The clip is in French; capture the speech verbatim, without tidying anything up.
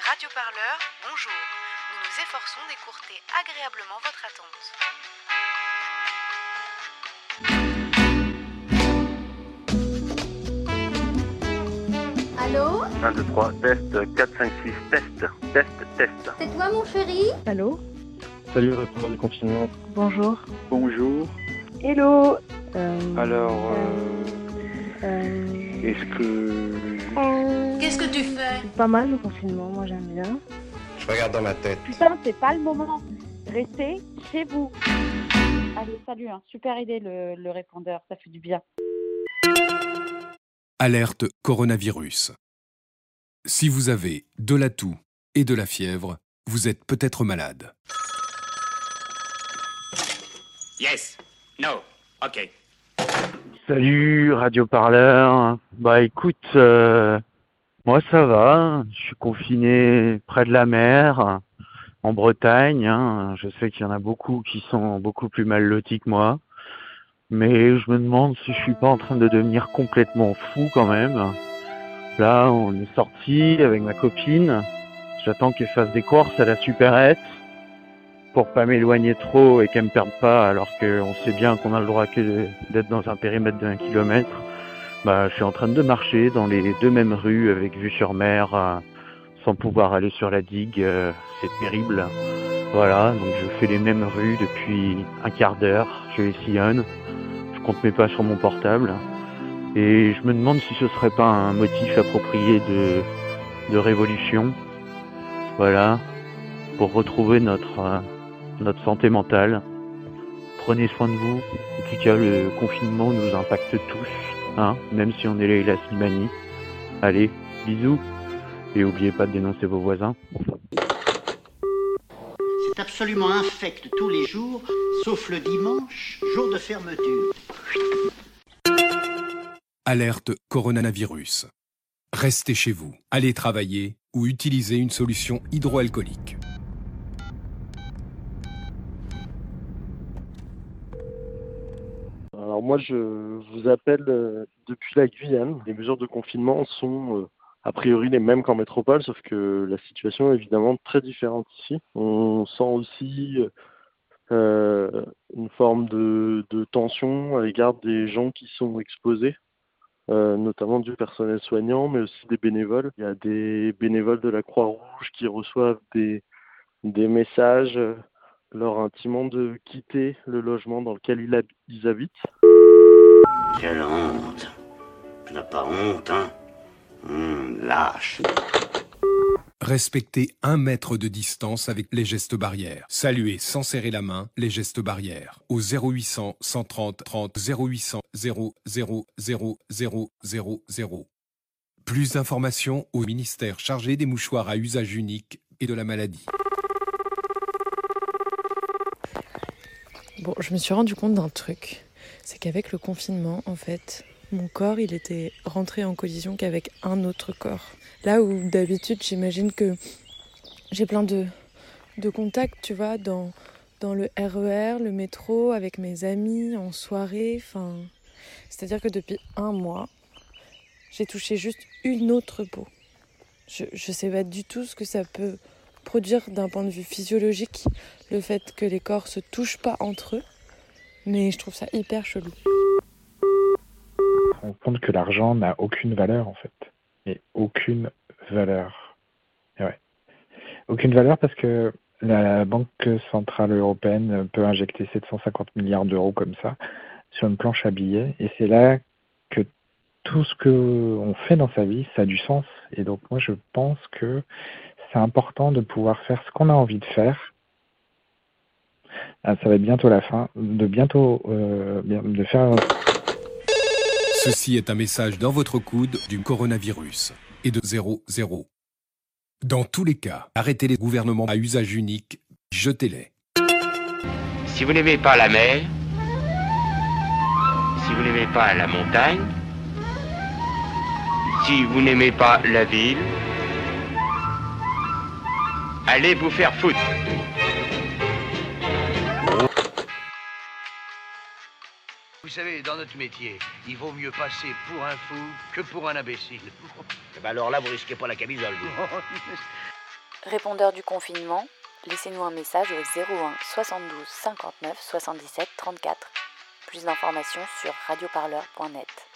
Radioparleur, bonjour. Nous nous efforçons d'écourter agréablement votre attente. Allô? un, deux, trois, test, quatre, cinq, six, test, test, test. C'est toi mon chéri? Allô? Salut, répondant du confinement. Bonjour. Bonjour. Hello. Euh, Alors, euh, euh, est-ce que... Euh... Qu'est-ce que tu fais? c'est pas mal le confinement, moi j'aime bien. Je regarde dans ma tête. Putain, c'est pas le moment. Restez chez vous. Allez, salut, hein. Super idée le, le répondeur, ça fait du bien. Alerte coronavirus. Si vous avez de la toux et de la fièvre, vous êtes peut-être malade. Yes. No. Ok. Salut, radioparleur. Bah écoute, euh, moi ça va. Je suis confiné près de la mer, en Bretagne. Hein. Je sais qu'il y en a beaucoup qui sont beaucoup plus mal lotis que moi. Mais je me demande si je suis pas en train de devenir complètement fou quand même. Là, on est sorti avec ma copine. J'attends qu'elle fasse des courses à la supérette pour pas m'éloigner trop et qu'elle me perde pas, alors qu'on sait bien qu'on a le droit que d'être dans un périmètre d'un kilomètre. Bah, je suis en train de marcher dans les deux mêmes rues avec vue sur mer, euh, sans pouvoir aller sur la digue. Euh, c'est terrible. Voilà, donc je fais les mêmes rues depuis un quart d'heure. Je les sillonne. Je compte mes pas sur mon portable. Et je me demande si ce serait pas un motif approprié de, de révolution. Voilà, pour retrouver notre, euh, notre santé mentale. Prenez soin de vous. En tout cas, le confinement nous impacte tous, hein, même si on est les Leïla Slimani. Allez, bisous. Et n'oubliez pas de dénoncer vos voisins. C'est absolument infect tous les jours, sauf le dimanche, jour de fermeture. Alerte coronavirus. Restez chez vous, allez travailler ou utilisez une solution hydroalcoolique. Alors moi, je vous appelle euh, depuis la Guyane. Les mesures de confinement sont euh, a priori les mêmes qu'en métropole, sauf que la situation est évidemment très différente ici. On sent aussi euh, une forme de, de tension à l'égard des gens qui sont exposés, euh, notamment du personnel soignant, mais aussi des bénévoles. Il y a des bénévoles de la Croix-Rouge qui reçoivent des, des messages euh, leur intimant de quitter le logement dans lequel ils, hab- ils habitent. Quelle honte. Tu n'as pas honte, hein? Hum, lâche. Respectez un mètre de distance avec les gestes barrières. Saluez sans serrer la main les gestes barrières. Au zéro huit cents, cent trente, trente, zéro huit cents, zéro zéro zéro zéro zéro zéro. Plus d'informations au ministère chargé des mouchoirs à usage unique et de la maladie. Bon, je me suis rendu compte d'un truc. C'est qu'avec le confinement, en fait, mon corps, il était rentré en collision qu'avec un autre corps. Là où d'habitude, j'imagine que j'ai plein de, de contacts, tu vois, dans, dans le R E R, le métro, avec mes amis, en soirée. Enfin, c'est-à-dire que depuis un mois, j'ai touché juste une autre peau. Je ne sais pas du tout ce que ça peut produire d'un point de vue physiologique, le fait que les corps se touchent pas entre eux. Mais je trouve ça hyper chelou. On rend compte que l'argent n'a aucune valeur en fait. Et aucune valeur. Et ouais. Aucune valeur parce que la Banque Centrale Européenne peut injecter sept cent cinquante milliards d'euros comme ça sur une planche à billets. Et c'est là que tout ce qu'on fait dans sa vie, ça a du sens. Et donc moi je pense que c'est important de pouvoir faire ce qu'on a envie de faire. Ah, ça va être bientôt la fin. De bientôt euh, de faire... Ceci est un message dans votre coude du coronavirus et de zéro zéro. Dans tous les cas, arrêtez les gouvernements à usage unique, jetez-les. Si vous n'aimez pas la mer, si vous n'aimez pas la montagne, si vous n'aimez pas la ville, allez vous faire foutre. Vous savez, dans notre métier, il vaut mieux passer pour un fou que pour un imbécile. Eh ben alors là, vous risquez pas la camisole, vous. Répondeur du confinement, laissez-nous un message au zéro un soixante-douze cinquante-neuf soixante-dix-sept trente-quatre. Plus d'informations sur radioparleur point net.